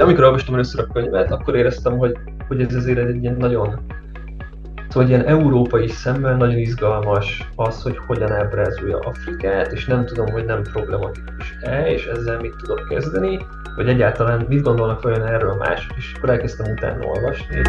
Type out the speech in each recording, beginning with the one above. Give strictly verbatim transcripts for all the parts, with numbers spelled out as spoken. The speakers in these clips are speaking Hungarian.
amikor olvastam először a könyvet, akkor éreztem, hogy, hogy ez azért egy ilyen nagyon, szóval egy ilyen európai szemmel nagyon izgalmas az, hogy hogyan ábrázolja Afrikát, és nem tudom, hogy nem problematikus-e, és ezzel mit tudok kezdeni, vagy egyáltalán mit gondolnak olyan erről mások, és akkor elkezdtem utána olvasni.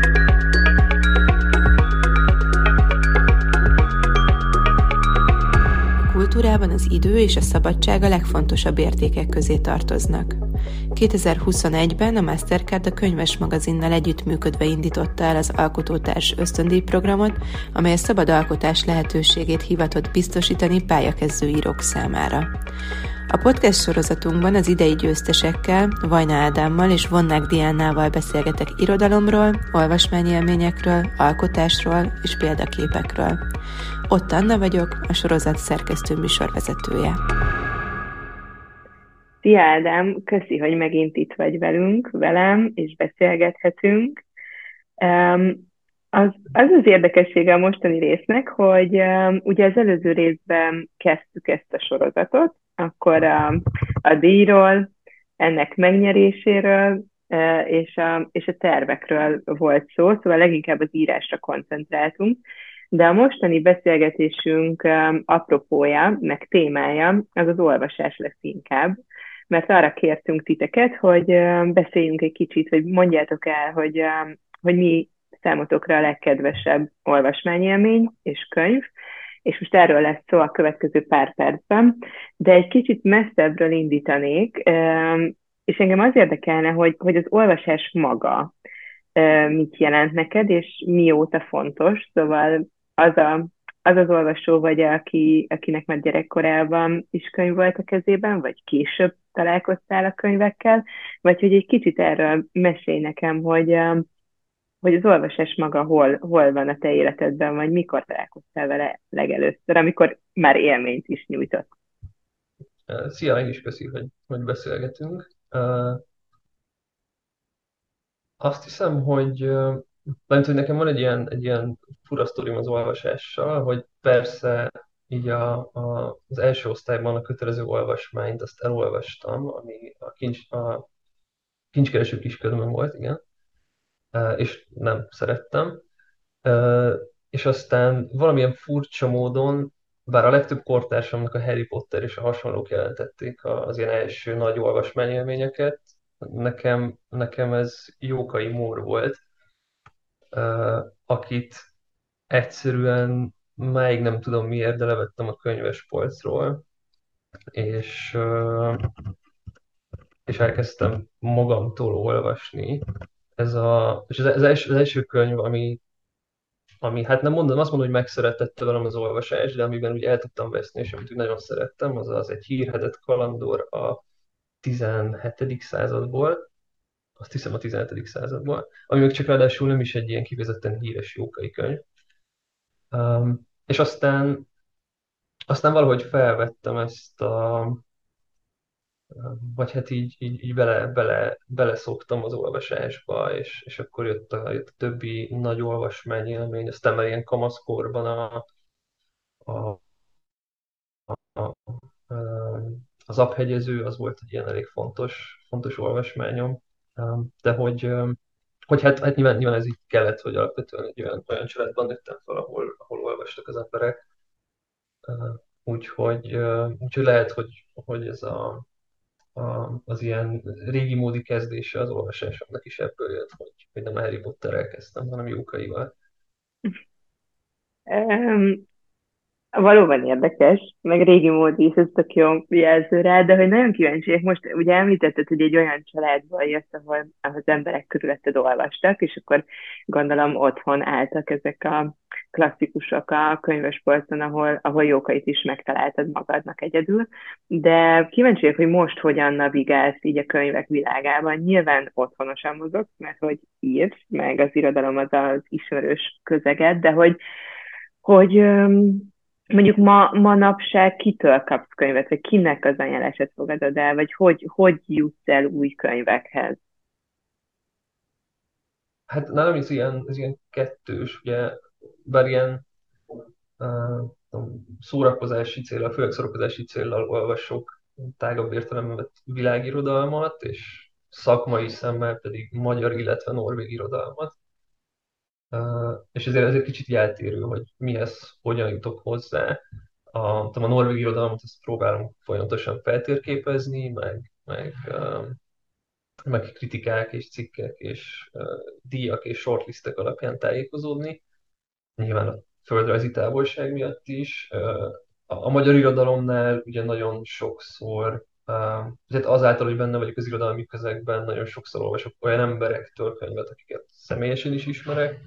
A kultúrában az idő és a szabadság a legfontosabb értékek közé tartoznak. kétezer-huszonegyben a Mastercard a Könyves magazinnal együttműködve indította el az Alkotótárs ösztöndíjprogramot, amely a szabad alkotás lehetőségét hivatott biztosítani pályakezdő írók számára. A podcast sorozatunkban az idei győztesekkel, Vajna Ádámmal és Vonnák Diánával beszélgetek irodalomról, olvasmányélményekről, alkotásról és példaképekről. Ott Anna vagyok, a sorozat szerkesztő műsorvezetője. Szia Ádám, köszi, hogy megint itt vagy velünk, velem, és beszélgethetünk. Um, az, az az érdekessége a mostani résznek, hogy um, ugye az előző részben kezdtük ezt a sorozatot, akkor a, a díjról, ennek megnyeréséről uh, és, a, és a tervekről volt szó, szóval leginkább az írásra koncentráltunk, de a mostani beszélgetésünk um, apropója, meg témája az az olvasás lesz inkább, mert arra kértünk titeket, hogy uh, beszéljünk egy kicsit, vagy mondjátok el, hogy, uh, hogy mi számotokra a legkedvesebb olvasmányélmény és könyv, és most erről lesz szó a következő pár percben, de egy kicsit messzebbről indítanék, uh, és engem az érdekelne, hogy, hogy az olvasás maga uh, mit jelent neked, és mióta fontos, szóval az a, az, az olvasó vagy, aki, akinek már gyerekkorában is könyv volt a kezében, vagy később találkoztál a könyvekkel, vagy hogy egy kicsit erről mesélj nekem, hogy, hogy az olvasás maga hol, hol van a te életedben, vagy mikor találkoztál vele legelőször, amikor már élményt is nyújtott. Szia, én is köszi, hogy, hogy beszélgetünk. Azt hiszem, hogy, mert, hogy nekem van egy ilyen, egy ilyen fura sztorim az olvasással, hogy persze így a, a, az első osztályban a kötelező olvasmányt azt elolvastam, ami a, kincs, a kincskereső kisködömön volt, igen, és nem szerettem. És aztán valamilyen furcsa módon, bár a legtöbb kortársamnak a Harry Potter és a hasonlók jelentették az ilyen első nagy olvasmányélményeket, nekem, nekem ez Jókai Mór volt, akit egyszerűen máig nem tudom miért, de levettem a könyves polcról, és, és elkezdtem magamtól olvasni. Ez a, és az, az, első, az első könyv, ami, ami, hát nem mondom, azt mondom, hogy megszeretette velem az olvasás, de amiben ugye el tudtam veszni, és amit úgy nagyon szerettem, az az egy hírhedett kalandor a tizenhetedik századból, azt hiszem a tizenhetedik századból, ami még csak ráadásul nem is egy ilyen kifejezetten híres jókai könyv. Um, és aztán, aztán valahogy felvettem ezt a, vagy hát így, így, így bele, bele, beleszoktam az olvasásba, és, és akkor jött a, jött a többi nagy olvasmányélmény, aztán már ilyen kamaszkorban a, a, a, a, az Aphegyező, az volt egy ilyen elég fontos, fontos olvasmányom, de hogy, hogy hát, hát nyilván, nyilván ez így kellett, hogy alapvetően egy olyan, olyan családban nőttem fel, ahol, ahol olvastak az emberek, úgyhogy, úgyhogy lehet, hogy, hogy ez a, a, az ilyen régi módi kezdése az olvasásomnak is ebből jött, hogy, hogy nem a Harry Potterrel kezdtem, hanem Jókaival. Um, Valóban érdekes, meg régi mód is, ez tök jó jelző rá, de hogy nagyon kíváncsiak. Most ugye említetted, hogy egy olyan családból jössz, ahol, ahol az emberek körülötted olvastak, és akkor gondolom otthon álltak ezek a klasszikusok a könyvespolcon, ahol, ahol Jókait is megtaláltad magadnak egyedül. De kíváncsiak, hogy most hogyan navigálsz így a könyvek világában. Nyilván otthonosan mozogsz, mert hogy írsz, meg az irodalom az az ismerős közeged, de hogy, hogy mondjuk ma, manapság kitől kapsz könyvet, vagy kinek az ajánlását fogadod el, vagy hogy, hogy jutsz el új könyvekhez? Hát nálam is ilyen, ez ilyen kettős, ugye, bár ilyen uh, szórakozási célral, főleg szórakozási céllal olvasok tágabb értelemben vett világirodalmat, és, szakmai szemmel pedig magyar, illetve norvég irodalmat. És ezért, ezért kicsit eltérő, hogy mihez hogyan jutok hozzá. A, tudom, a norvég irodalmat ezt próbálom folyamatosan feltérképezni, meg, meg, meg kritikák és cikkek és díjak és shortlistek alapján tájékozódni. Nyilván a földrajzi távolság miatt is. A, a magyar irodalomnál ugye nagyon sokszor, tehát azáltal, hogy benne vagyok az irodalmi közegben, nagyon sokszor olvasok olyan emberektől könyvet, akiket személyesen is ismerek,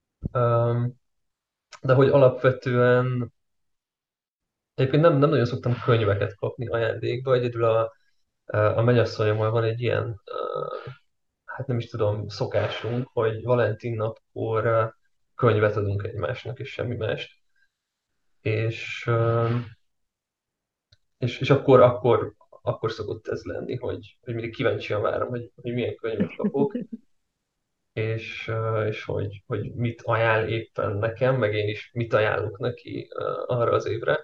de hogy alapvetően egyébként nem, nem nagyon szoktam könyveket kapni ajándékba, egyedül a, a mennyasszonyommal van egy ilyen, hát nem is tudom, szokásunk, hogy Valentin napkor könyvet adunk egymásnak, és semmi mást. És, és, és akkor, akkor, akkor szokott ez lenni, hogy, hogy mindig kíváncsian várom, hogy, hogy milyen könyvet kapok, és, és hogy, hogy mit ajánl éppen nekem, meg én is mit ajánlok neki arra az évre.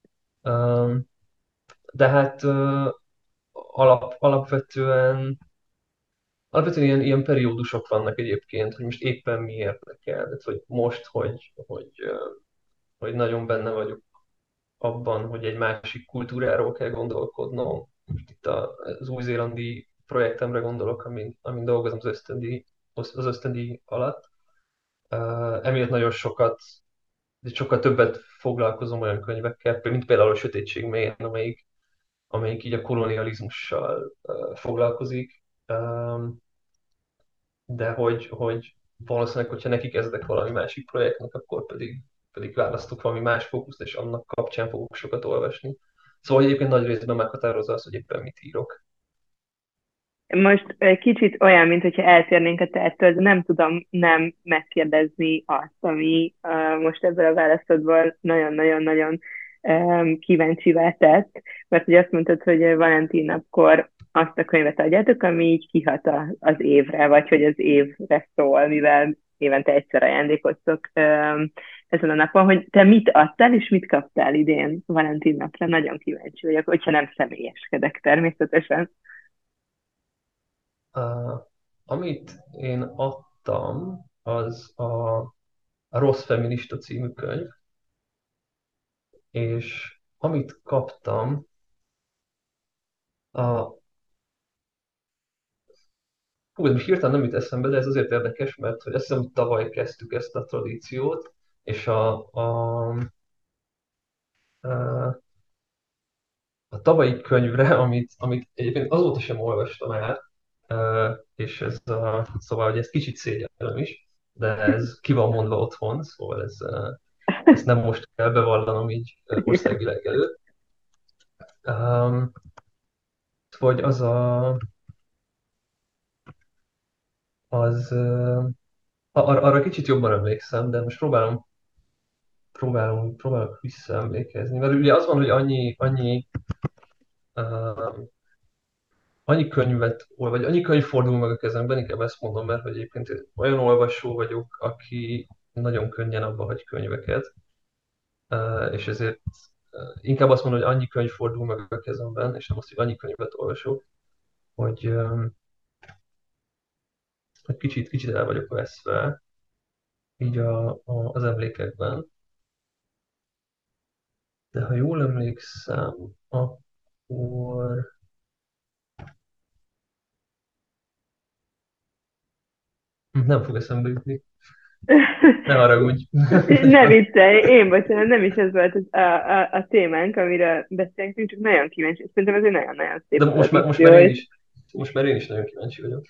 De hát alap, alapvetően, alapvetően ilyen, ilyen periódusok vannak egyébként, hogy most éppen mi érdekel. Tehát, hogy most, hogy, hogy, hogy nagyon benne vagyok abban, hogy egy másik kultúráról kell gondolkodnom. Most itt az új-zélandi projektemre gondolok, amin, amin dolgozom az ösztöndi, az ösztöndi alatt. Uh, emiatt nagyon sokat, de sokkal többet foglalkozom olyan könyvekkel, mint például a Sötétség mélyén, amelyik, amelyik így a kolonializmussal uh, foglalkozik. Um, de hogy, hogy valószínűleg, hogyha neki kezdek valami másik projektnek, akkor pedig, pedig választok valami más fókuszt, és annak kapcsán fogok sokat olvasni. Szóval egyébként nagy részben meghatározza az, hogy éppen mit írok. Most egy kicsit olyan, mint hogyha eltérnénk a tettől, de nem tudom nem megkérdezni azt, ami uh, most ebből a választodból nagyon-nagyon-nagyon um, kíváncsivá tett, mert ugye azt mondtad, hogy Valentin napkor azt a könyvet adjátok, ami így kihat a, az évre, vagy hogy az évre szól, mivel évente egyszer ajándékoztok um, ezen a napon, hogy te mit adtál és mit kaptál idén Valentin napra, nagyon kíváncsi vagyok, hogyha nem személyeskedek természetesen. Uh, amit én adtam, az a, a Rossz feminista című könyv, és amit kaptam, a, hú, ez most hirtelen nem jut eszembe, de ez azért érdekes, mert hogy azt hiszem, hogy tavaly kezdtük ezt a tradíciót, és a, a, a a tavalyi könyvre, amit, amit egyébként azóta sem olvastam el, és ez a, szóval, hogy ezt kicsit szégyellem is, de ez ki van mondva otthon, szóval ez, ezt nem most kell bevallanom így országvilág előtt. Um, hogy az a, az, uh, ar- arra kicsit jobban emlékszem, de most próbálom, próbálom, próbálok visszaemlékezni, mert ugye az van, hogy annyi, annyi uh, annyi könyvet, vagy annyi könyv fordul meg a kezemben, inkább ezt mondom, mert hogy egyébként olyan olvasó vagyok, aki nagyon könnyen abba hagy könyveket, és ezért inkább azt mondom, hogy annyi könyv fordul meg a kezemben, és nem azt, hogy annyi könyvet olvasok, hogy, hogy kicsit, kicsit el vagyok veszve így a, a, az emlékekben. De ha jól emlékszem, akkor nem fog eszembe jutni. Ne haragudj! Ne viccelj, én bocsánat, nem is ez volt az, a, a, a témánk, amiről beszéltünk, csak nagyon kíváncsi. Szerintem ez egy nagyon-nagyon De szép most már, most tradíció. már én is, most már én is nagyon kíváncsi vagyok.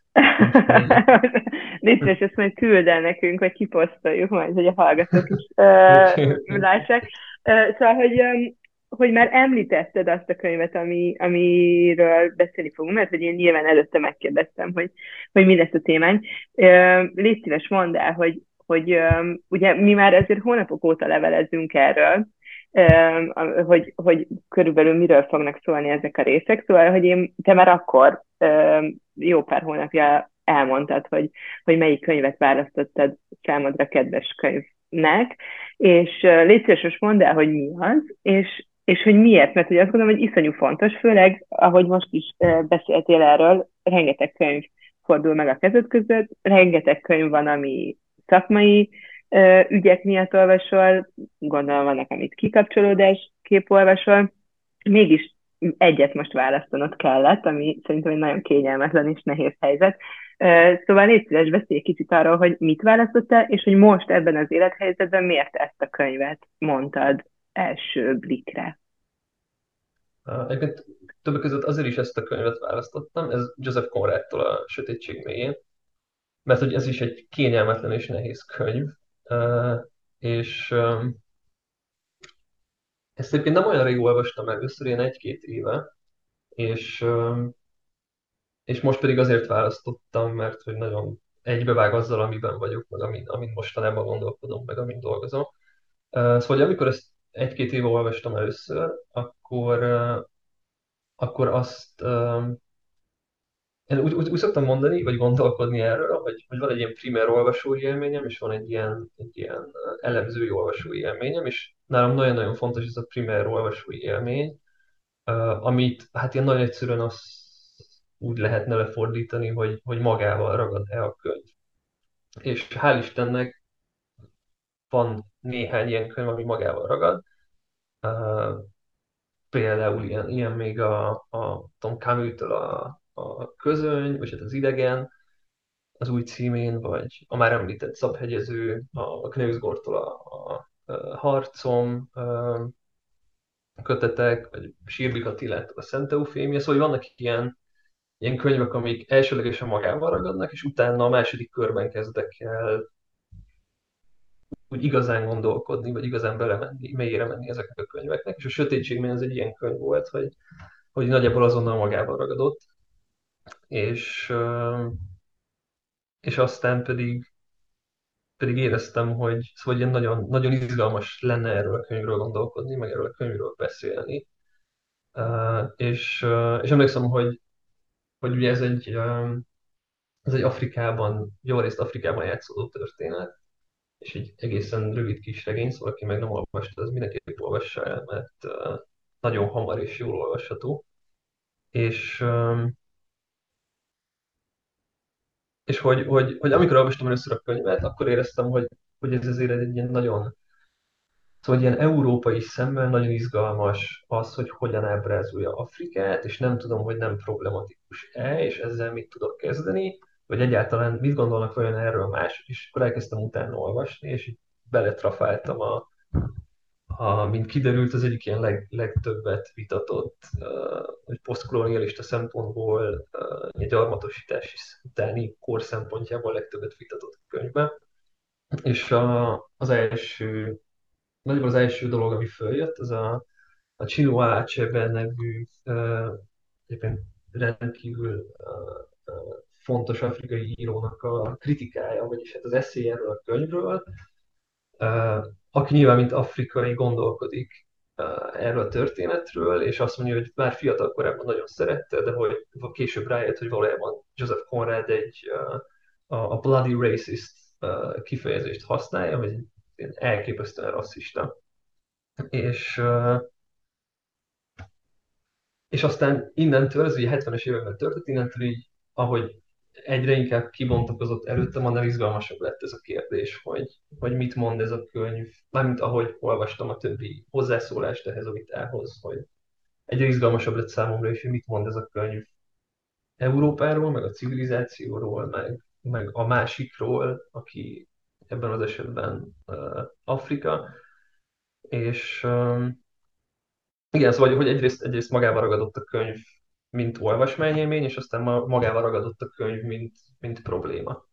Légy szíves, ezt majd küld el nekünk, vagy kiposztoljuk majd, hogy a hallgatók is uh, lássák. Uh, szóval, hogy, um, hogy már említetted azt a könyvet, ami, amiről beszélni fogunk, mert hogy én nyilván előtte megkérdeztem, hogy, hogy mi lesz a témánk. Uh, légy szíves, mondd el, hogy, hogy um, ugye mi már ezért hónapok óta levelezünk erről, um, hogy, hogy körülbelül miről fognak szólni ezek a részek, szóval, hogy én, te már akkor um, jó pár hónapja elmondtad, hogy, hogy melyik könyvet választottad számodra kedves könyvnek, és légy szíves, most mondd el, hogy mi az, és És hogy miért? Mert hogy azt gondolom, hogy iszonyú fontos, főleg, ahogy most is ö, beszéltél erről, rengeteg könyv fordul meg a kezed között, rengeteg könyv van, ami szakmai ö, ügyek miatt olvasol, gondolom vannak, amit kikapcsolódás kép olvasol, mégis egyet most választanod kellett, ami szerintem egy nagyon kényelmetlen és nehéz helyzet. Ö, Szóval légy szíves, beszélj kicsit arról, hogy mit választottál, és hogy most ebben az élethelyzetben miért ezt a könyvet mondtad első blikre. Uh, Egyébként többek között azért is ezt a könyvet választottam, ez Joseph Conradtól a Sötétség mélyén, mert hogy ez is egy kényelmetlen és nehéz könyv, uh, és um, ezt egyébként nem olyan rég olvastam először, én egy-két éve, és, um, és most pedig azért választottam, mert hogy nagyon egybevág azzal, amiben vagyok, meg amin, amin mostanában gondolkodom, meg amin dolgozom. Uh, szóval, hogy amikor ezt egy-két éve olvastam először, akkor, uh, akkor azt um, én úgy, úgy, úgy szoktam mondani, vagy gondolkodni erről, hogy, hogy van egy ilyen primer olvasói élményem, és van egy ilyen, egy ilyen elemzői olvasói élményem, és nálam nagyon-nagyon fontos ez a primer olvasói élmény, uh, amit hát ilyen nagyon egyszerűen azt úgy lehetne lefordítani, hogy, hogy magával ragad-e a könyv. És hál' Istennek van néhány ilyen könyv, ami magával ragad. Uh, Például ilyen, ilyen még a, a Tom Camus-től a, a Közöny, vagy hát az Idegen, az új címén, vagy a már említett Szabhegyező, a Knausgårdtól a, a, a Harcom ö, kötetek, vagy Sírbik Attilától a Szent Eufémia, szóval vannak ilyen, ilyen könyvek, amik elsőlegesen magával ragadnak, és utána a második körben kezdek el úgy igazán gondolkodni, vagy igazán belemenni, mélyére menni ezeknek a könyveknek, és a Sötétségben ez egy ilyen könyv volt, hogy, hogy nagyjából azonnal magával ragadott, és, ö, és aztán pedig pedig éreztem, hogy szóval ilyen nagyon, nagyon izgalmas lenne erről a könyvről gondolkodni, meg erről a könyvről beszélni. Uh, és, uh, és emlékszem, hogy, hogy ugye ez egy, um, ez egy Afrikában, jó részt Afrikában játszódó történet, és egy egészen rövid kis regény, szóval aki meg nem olvasta, az mindenképp olvassa el, mert uh, nagyon hamar és jól olvasható. És, um, és hogy, hogy, hogy amikor olvastam először a könyvet, akkor éreztem, hogy, hogy ez azért egy ilyen nagyon. Szóval ilyen európai szemmel nagyon izgalmas az, hogy hogyan ábrázolja Afrikát, és nem tudom, hogy nem problematikus-e, és ezzel mit tudok kezdeni, vagy egyáltalán mit gondolnak vajon erről mások, és akkor elkezdtem utána olvasni, és így beletrafáltam a, a mint kiderült, az egyik ilyen leg, legtöbbet vitatott, uh, hogy posztkolonialista szempontból, uh, egy gyarmatosítás utáni kor szempontjából legtöbbet vitatott könyvben. És a, az első Nagyjából az első dolog, ami följött, az a, a Chinua Achebe nevű, uh, egyébként rendkívül uh, uh, fontos afrikai írónak a kritikája, vagyis hát az eszély erről a könyvről, uh, aki nyilván mint afrikai gondolkodik uh, erről a történetről, és azt mondja, hogy már fiatal korában nagyon szerette, de hogy később rájött, hogy valójában Joseph Conrad egy uh, a, a bloody racist uh, kifejezést használja, hogy elképesztően rasszista. És, és aztán innentől, ez ugye hetvenes években történt, innentől így, ahogy egyre inkább kibontakozott előttem, annál izgalmasabb lett ez a kérdés, hogy, hogy mit mond ez a könyv, mármint ahogy olvastam a többi hozzászólást ehhez a vitához, hogy egyre izgalmasabb lett számomra is, hogy mit mond ez a könyv Európáról, meg a civilizációról, meg, meg a másikról, aki ebben az esetben uh, Afrika, és um, igen, szóval, hogy egyrészt, egyrészt magával ragadott a könyv, mint olvasmányélmény, és aztán ma- magával ragadott a könyv, mint, mint probléma.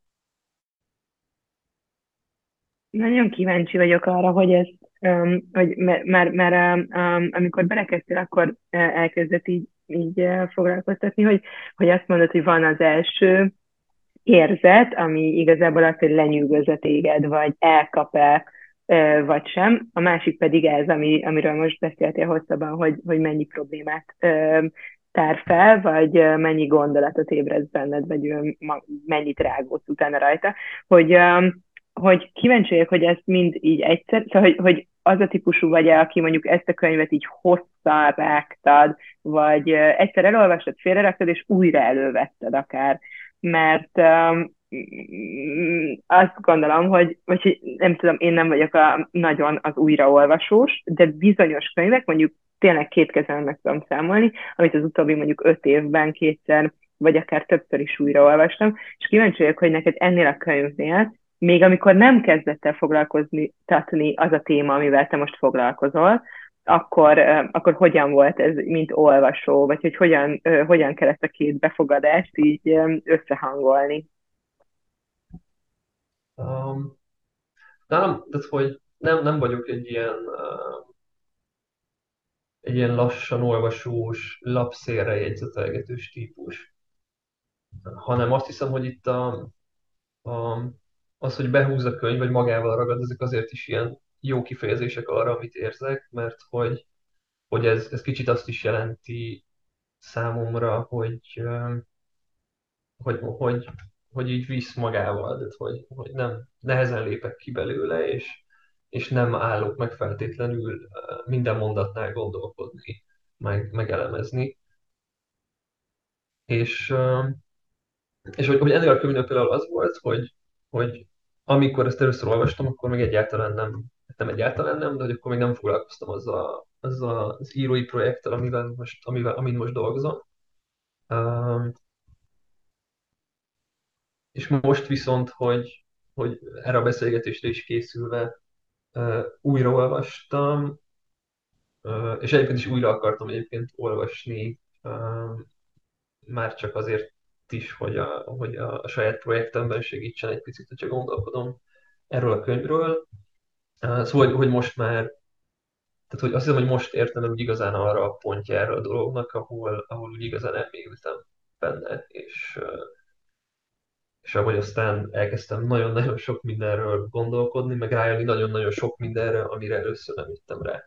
Nagyon kíváncsi vagyok arra, hogy ez, um, hogy m- már, már um, um, amikor belekezdtél, akkor uh, elkezdett így, így uh, foglalkoztatni, hogy, hogy azt mondod, hogy van az első érzet, ami igazából az, hogy lenyűgöz téged, vagy elkap-e, uh, vagy sem. A másik pedig ez, ami, amiről most beszéltél hosszabban, hogy, hogy mennyi problémát uh, tár fel, vagy uh, mennyi gondolatot ébreszt benned, vagy uh, ma- mennyit rágódsz utána rajta, hogy um, hogy kíváncsi vagyok, hogy ezt mind így egyszer, szóval, hogy, hogy az a típusú vagy-e, aki mondjuk ezt a könyvet így hosszan rágtad, vagy egyszer elolvastad, félreraktad, és újra elővetted akár. Mert um, azt gondolom, hogy, vagy hogy nem tudom, én nem vagyok a, nagyon az újraolvasós, de bizonyos könyvek, mondjuk tényleg két kezen meg tudom számolni, amit az utóbbi mondjuk öt évben kétszer, vagy akár többször is újraolvastam, és kíváncsi vagyok, hogy neked ennél a könyvnél, még amikor nem kezdett el foglalkozni tatni az a téma, amivel te most foglalkozol, akkor, akkor hogyan volt ez, mint olvasó, vagy hogy hogyan, hogyan kell ezt a két befogadást így összehangolni? Um, nálam, tehát hogy nem, nem vagyok egy ilyen, uh, egy ilyen lassan olvasós, lapszélre jegyzetelgetős típus, hanem azt hiszem, hogy itt a, a, az, hogy behúz a könyv, vagy magával ragad, ezek azért is ilyen jó kifejezések arra, amit érzek, mert hogy, hogy ez, ez kicsit azt is jelenti számomra, hogy, um, hogy, hogy, hogy így visz magával, tehát hogy, hogy nem nehezen lépek ki belőle, és, és nem állok meg feltétlenül eh, minden mondatnál gondolkodni, meg, megelemezni. És, eh, és hogy, hogy ennél a könyvnél például az volt, hogy, hogy amikor ezt először olvastam, akkor még egyáltalán nem, nem egyáltalán nem, de hogy akkor még nem foglalkoztam azzal, azzal az írói projekttel, amivel most, amivel, amin most dolgozom. Um, és most viszont, hogy, hogy erre a beszélgetésre is készülve uh, újraolvastam, uh, és egyébként is újra akartam egyébként olvasni, uh, már csak azért is, hogy a, hogy a, a saját projektemben segítsen egy picit, hogyha gondolkodom erről a könyvről. Uh, szóval, hogy, hogy most már, tehát hogy azt hiszem, hogy most értem úgy igazán arra a pontjára a dolognak, ahol, ahol úgy igazán elmélyültem benne, és, uh, és ahogy aztán elkezdtem nagyon-nagyon sok mindenről gondolkodni, meg rájönni nagyon-nagyon sok mindenre, amire először nem jöttem rá.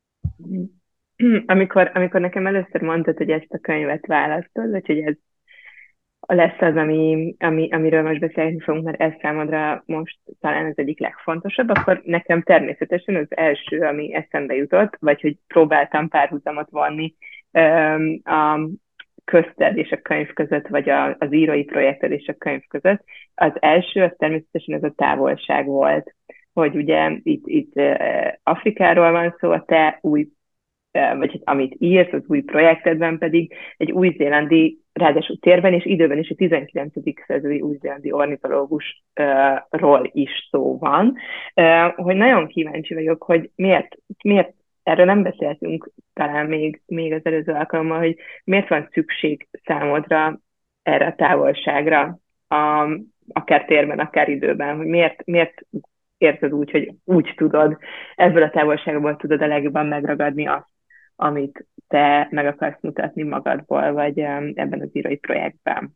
Amikor, amikor nekem először mondtad, hogy ezt a könyvet választod, vagy hogy ez lesz az, ami, ami, amiről most beszélni fogunk, mert ez számodra most talán az egyik legfontosabb, akkor nekem természetesen az első, ami eszembe jutott, vagy hogy próbáltam párhuzamot vonni a közted és a könyv között, vagy a, az írói projekted és a könyv között. Az első, az természetesen ez a távolság volt, hogy ugye itt, itt Afrikáról van szó, a te új vagy hát amit írsz, az új projektedben pedig egy új-zélandi, ráadásul térben és időben is a tizenkilencedik századi új-zélandi ornitológusról is szó van, hogy nagyon kíváncsi vagyok, hogy miért, miért erről nem beszéltünk talán még, még az előző alkalommal, hogy miért van szükség számodra erre a távolságra, a, akár térben, akár időben, hogy miért, miért érzed úgy, hogy úgy tudod, ebből a távolságból tudod a legjobban megragadni azt, amit te meg akarsz mutatni magadból, vagy ebben az írói projektben.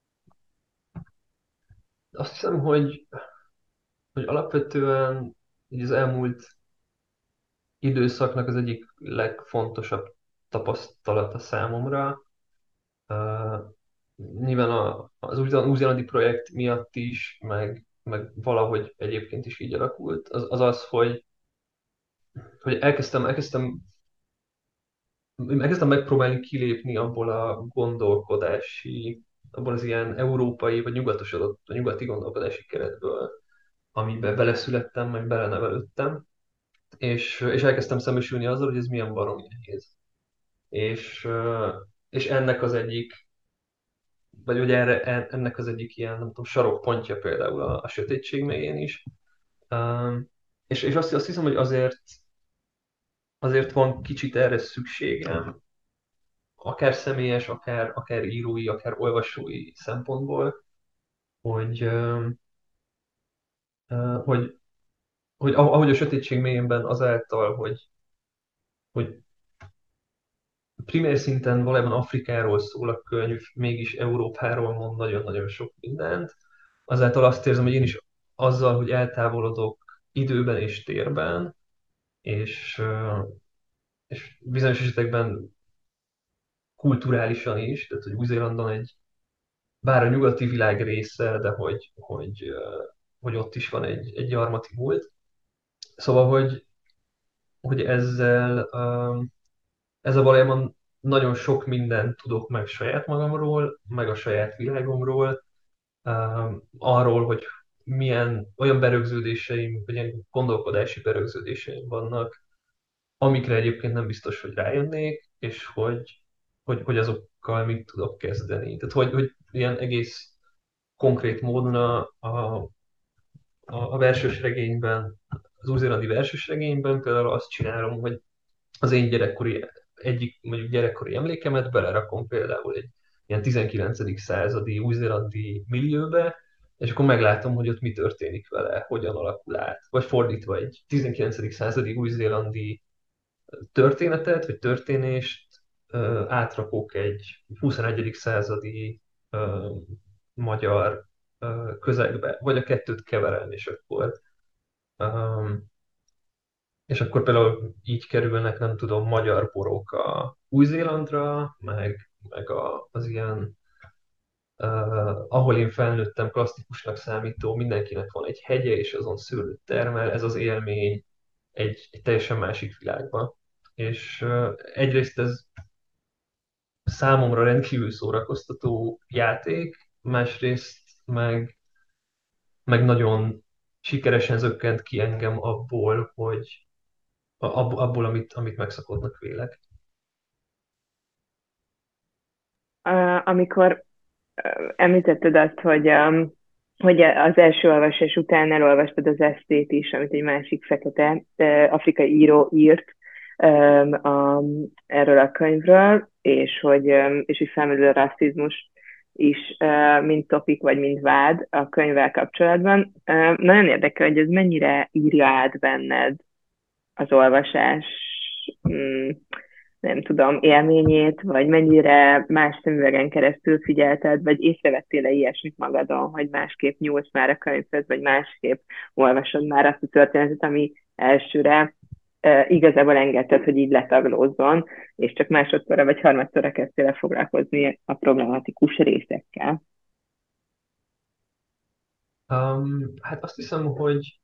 Azt hiszem, hogy, hogy alapvetően így az elmúlt időszaknak az egyik legfontosabb tapasztalata számomra. Uh, nyilván a, az új-zélandi projekt miatt is, meg, meg valahogy egyébként is így alakult, az az, az hogy, hogy elkezdtem, elkezdtem, elkezdtem megpróbálni kilépni abból a gondolkodási, abból az ilyen európai vagy nyugatosodott, a nyugati gondolkodási keretből, amiben beleszülettem, meg belenevelődtem, és, és elkezdtem szembesülni azzal, hogy ez milyen baromi nehéz. És, és ennek az egyik, vagy ugye erre, ennek az egyik ilyen, nem tudom, sarokpontja például a, a sötétség mélyén is. Um, és, és azt, azt hiszem, hogy azért, azért van kicsit erre szükségem, akár személyes, akár, akár írói, akár olvasói szempontból, hogy, um, uh, hogy, hogy ahogy a sötétség mélyénben azáltal, hogy, hogy primér szinten valójában Afrikáról szól a könyv, mégis Európáról mond nagyon-nagyon sok mindent. Azáltal azt érzem, hogy én is azzal, hogy eltávolodok időben és térben, és, és bizonyos esetekben kulturálisan is, tehát hogy Új-Zélandon egy, bár a nyugati világ része, de hogy, hogy, hogy ott is van egy, egy gyarmati múlt. Szóval, hogy, hogy ezzel, um, ezzel valójában nagyon sok mindent tudok meg saját magamról, meg a saját világomról, um, arról, hogy milyen olyan berögződéseim, vagy ilyen gondolkodási berögződéseim vannak, amikre egyébként nem biztos, hogy rájönnék, és hogy, hogy, hogy azokkal mit tudok kezdeni. Tehát, hogy, hogy ilyen egész konkrét módon a, a, a versős regényben, az új-zélandi versős regényben például azt csinálom, hogy az én gyerekkori, egyik mondjuk gyerekkori emlékemet belerakom például egy ilyen tizenkilencedik századi új-zélandi millióbe, és akkor meglátom, hogy ott mi történik vele, hogyan alakul át. Vagy fordítva egy tizenkilencedik századi új-zélandi történetet, vagy történést ö, átrakok egy huszonegyedik századi ö, magyar ö, közegbe, vagy a kettőt keverem, és akkor um, és akkor például így kerülnek, nem tudom, magyar borok a Új-Zélandra, meg, meg a, az ilyen, uh, ahol én felnőttem, klasszikusnak számító, mindenkinek van egy hegye, és azon szőlőt termel, ez az élmény egy, egy teljesen másik világban. És uh, egyrészt ez számomra rendkívül szórakoztató játék, másrészt meg, meg nagyon sikeresen zökkent ki engem abból, hogy ab- abból, amit, amit megszakottnak vélek. Uh, amikor uh, említetted azt, hogy, um, hogy az első olvasás után elolvastad az eszét is, amit egy másik fekete uh, afrikai író írt um, a, erről a könyvről, és hogy, um, és hogy felmerül a rasszizmus is, uh, mint topik, vagy mint vád a könyvvel kapcsolatban. Uh, nagyon érdekel, hogy ez mennyire írja át benned az olvasás, mm, nem tudom, élményét, vagy mennyire más szemüvegen keresztül figyelted, vagy észrevettél-e ilyesmit magadon, hogy másképp nyúlsz már a könyvhöz, vagy másképp olvasod már azt a történetet, ami elsőre e, igazából engedted, hogy így letaglózzon, és csak másodszorra vagy harmadszorra kezdtél el foglalkozni a problematikus részekkel. Um, hát azt hiszem, hogy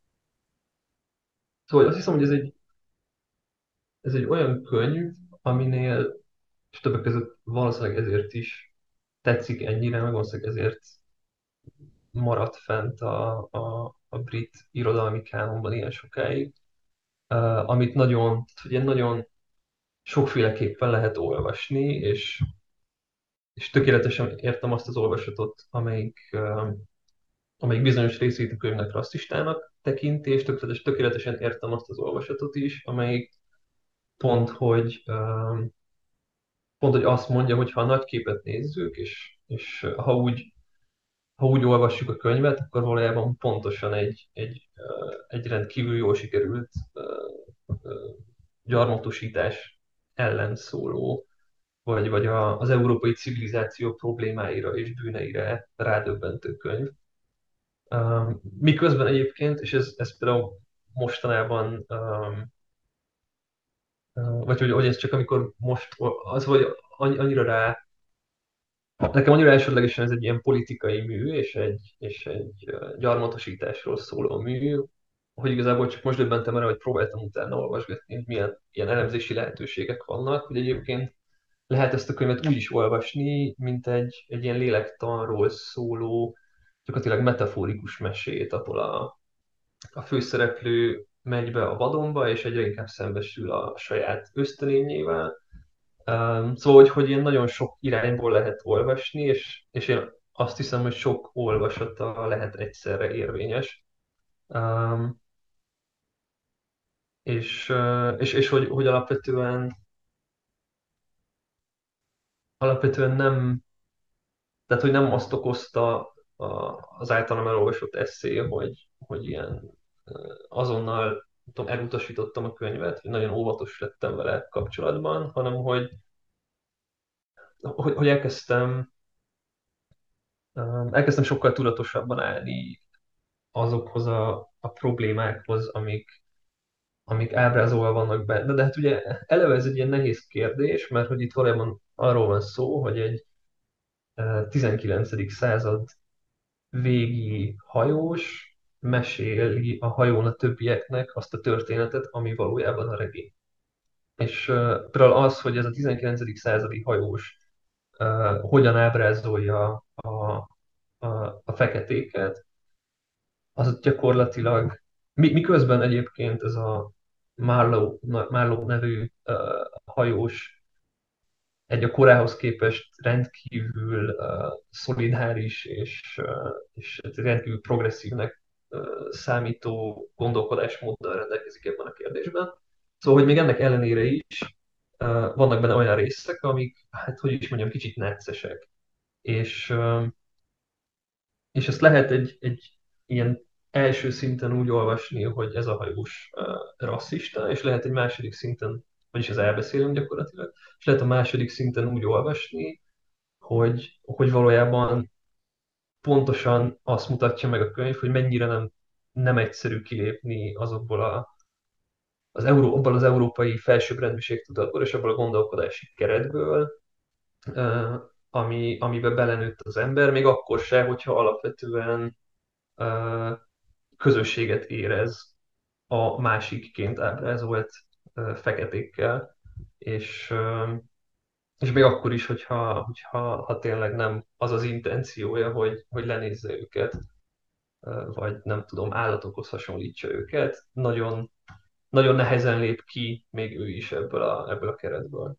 szóval azt hiszem, hogy ez egy, ez egy olyan könyv, aminél, és többek között valószínűleg ezért is tetszik ennyire, meg valószínűleg ezért maradt fent a, a, a brit irodalmi kánonban ilyen sokáig, uh, amit nagyon, ugye nagyon sokféleképpen lehet olvasni, és, és tökéletesen értem azt az olvasatot, amelyik, uh, amelyik bizonyos részét a könyvnek rasszistának tekinti, és tökéletes, tökéletesen értem azt az olvasatot is, amelyik pont, hogy, um, pont, hogy azt mondja, hogy ha a nagy képet nézzük, és, és ha úgy, ha úgy olvassuk a könyvet, akkor valójában pontosan egy, egy, uh, egy rendkívül jól sikerült uh, uh, gyarmatosítás ellen szóló, vagy, vagy a, az európai civilizáció problémáira és bűneire rádöbbentő könyv. Um, miközben egyébként, és ez, ez például mostanában um, vagy hogy, hogy ez csak amikor most, az, hogy annyira rá, nekem annyira elsődlegesen ez egy ilyen politikai mű, és egy, és egy gyarmatosításról szóló mű, hogy igazából csak most döbbentem erre, hogy próbáltam utána olvasgatni, hogy milyen ilyen elemzési lehetőségek vannak, hogy egyébként lehet ezt a könyvet úgy is olvasni, mint egy, egy ilyen lélektanról szóló, gyakorlatilag metaforikus mesét, ahol a, a főszereplő megy be a vadonba, és egyre inkább szembesül a saját ösztönényével. Um, szóval, hogy, hogy ilyen nagyon sok irányból lehet olvasni, és, és én azt hiszem, hogy sok olvasata lehet egyszerre érvényes. Um, és, uh, és, és hogy, hogy alapvetően, alapvetően nem, tehát hogy nem azt okozta a, az általam elolvasott eszé, hogy, hogy ilyen uh, azonnal nem tudom, elutasítottam a könyvet, hogy nagyon óvatos lettem vele kapcsolatban, hanem hogy, hogy, hogy elkezdtem, um, elkezdtem sokkal tudatosabban állni azokhoz a, a problémákhoz, amik, amik ábrázolva vannak benne. De hát ugye eleve ez egy ilyen nehéz kérdés, mert hogy itt valójában arról van szó, hogy egy eh, tizenkilencedik század végi hajós meséli a hajón a többieknek azt a történetet, ami valójában a regény. És uh, például az, hogy ez a tizenkilencedik századi hajós uh, hogyan ábrázolja a, a, a feketéket, az gyakorlatilag, mi, miközben egyébként ez a Marlowe, Marlowe nevű uh, hajós egy a korához képest rendkívül uh, szolidáris és, uh, és rendkívül progresszívnek uh, számító gondolkodásmóddal rendelkezik ebben a kérdésben. Szóval, hogy még ennek ellenére is uh, vannak benne olyan részek, amik, hát hogy is mondjam, kicsit neccesek. És, uh, és ezt lehet egy, egy ilyen első szinten úgy olvasni, hogy ez a hajós uh, rasszista, és lehet egy második szinten, vagyis az elbeszélünk gyakorlatilag, és lehet a második szinten úgy olvasni, hogy, hogy valójában pontosan azt mutatja meg a könyv, hogy mennyire nem, nem egyszerű kilépni azokból a, az, Euró, abból az európai felsőbbrendűségtudatból és abból a gondolkodási keretből, uh, ami, amiben belenőtt az ember, még akkor se, hogyha alapvetően uh, közösséget érez a másikként ábrázolt uh, feketékkel, és, uh, és még akkor is, hogyha, hogyha ha tényleg nem az az intenciója, hogy, hogy lenézze őket, uh, vagy nem tudom, állatokhoz hasonlítsa őket, nagyon, nagyon nehezen lép ki még ő is ebből a, ebből a keretből.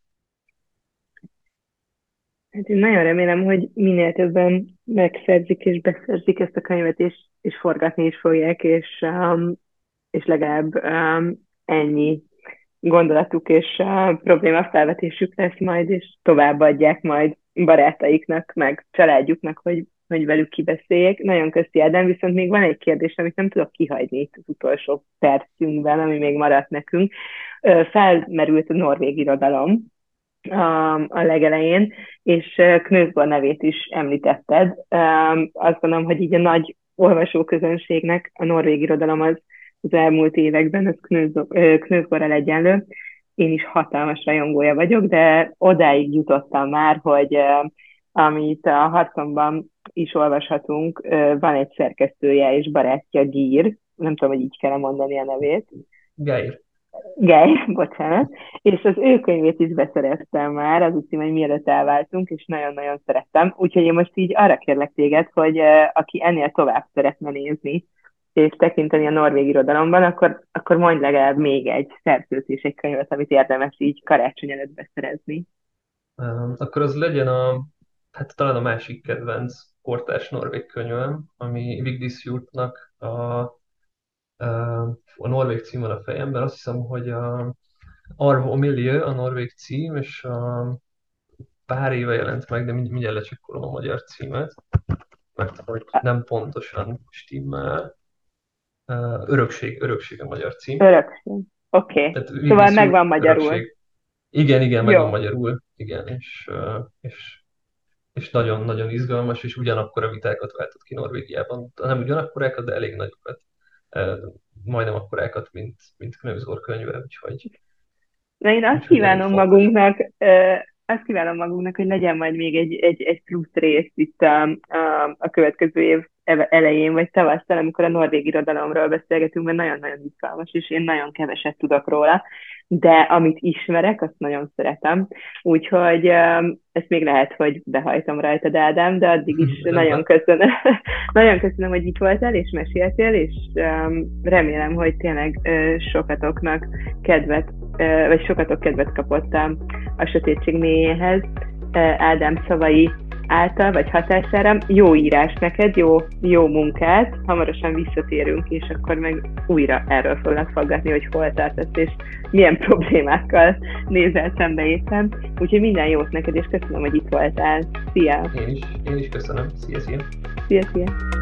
Hát én nagyon remélem, hogy minél többen megszerzik és beszerzik ezt a könyvet, és, és forgatni is fogják, és, um, és legalább um, ennyi gondolatuk és uh, problémafelvetésük lesz majd, és továbbadják majd barátaiknak, meg családjuknak, hogy, hogy velük kibeszéljék. Nagyon köszi, Ádám, viszont még van egy kérdés, amit nem tudok kihagyni itt az utolsó percünkben, ami még maradt nekünk. Felmerült a norvég irodalom a, a legelején, és Knausgård nevét is említetted. Azt gondolom, hogy így a nagy olvasóközönségnek a norvég irodalom az az elmúlt években, az Knausgårdral egyenlő. Én is hatalmas rajongója vagyok, de odáig jutottam már, hogy amit a Hudsonban is olvashatunk, van egy szerkesztője és barátja, Geir, nem tudom, hogy így kell mondani a nevét. Geir. Geir, bocsánat. És az ő könyvét is beszereztem már, az úgy hogy mielőtt elváltunk, és nagyon-nagyon szerettem. Úgyhogy én most így arra kérlek téged, hogy aki ennél tovább szeretne nézni, és tekinteni a norvég irodalomban, akkor, akkor mondj legalább még egy szerzőt és egy könyvet, amit érdemes így karácsony előtt beszerezni. Um, akkor az legyen a, hát talán a másik kedvenc kortárs norvég könyvem, ami Vigdis Hjortnak a, a, a norvég cím van a fejemben. Azt hiszem, hogy a Arvo og Millie a norvég cím, és a pár éve jelent meg, de mind, mindjárt lecsekkolom a magyar címet, mert hogy nem pontosan stimmel. Uh, örökség, örökség a magyar cím. Örökség. Oké. Okay. Szóval megvan magyarul. Örökség. Igen, igen, megvan magyarul. Igen, és, uh, és, és nagyon-nagyon izgalmas, és ugyanakkor a vitákat váltott ki Norvégiában. Nem ugyanakkorákat, de elég nagyokat. Uh, majdnem akkorákat, mint, mint Knausgård könyve, úgyhogy... Na én azt kívánom magunknak, uh, azt kívánom magunknak, hogy legyen majd még egy, egy, egy plusz rész itt a, a, a következő év elején, vagy tavasztal, amikor a norvég irodalomról beszélgetünk, mert nagyon-nagyon izgalmas, és én nagyon keveset tudok róla, de amit ismerek, azt nagyon szeretem. Úgyhogy um, ezt még lehet, hogy behajtom rajtad, Ádám, de addig is nagyon köszönöm, nagyon köszönöm, hogy itt voltál, és meséltél, és um, remélem, hogy tényleg uh, sokatoknak kedvet, uh, vagy sokatok kedvet kapott a, a sötétség mélyéhez. Uh, Ádám szavai által, vagy hatására. Jó írás neked, jó, jó munkát, hamarosan visszatérünk, és akkor meg újra erről fognak faggatni, hogy hol tartasz, és milyen problémákkal nézel szembe éppen. Úgyhogy minden jót neked, és köszönöm, hogy itt voltál. Szia! Én is, én is köszönöm. Szia, szia! Szia, szia!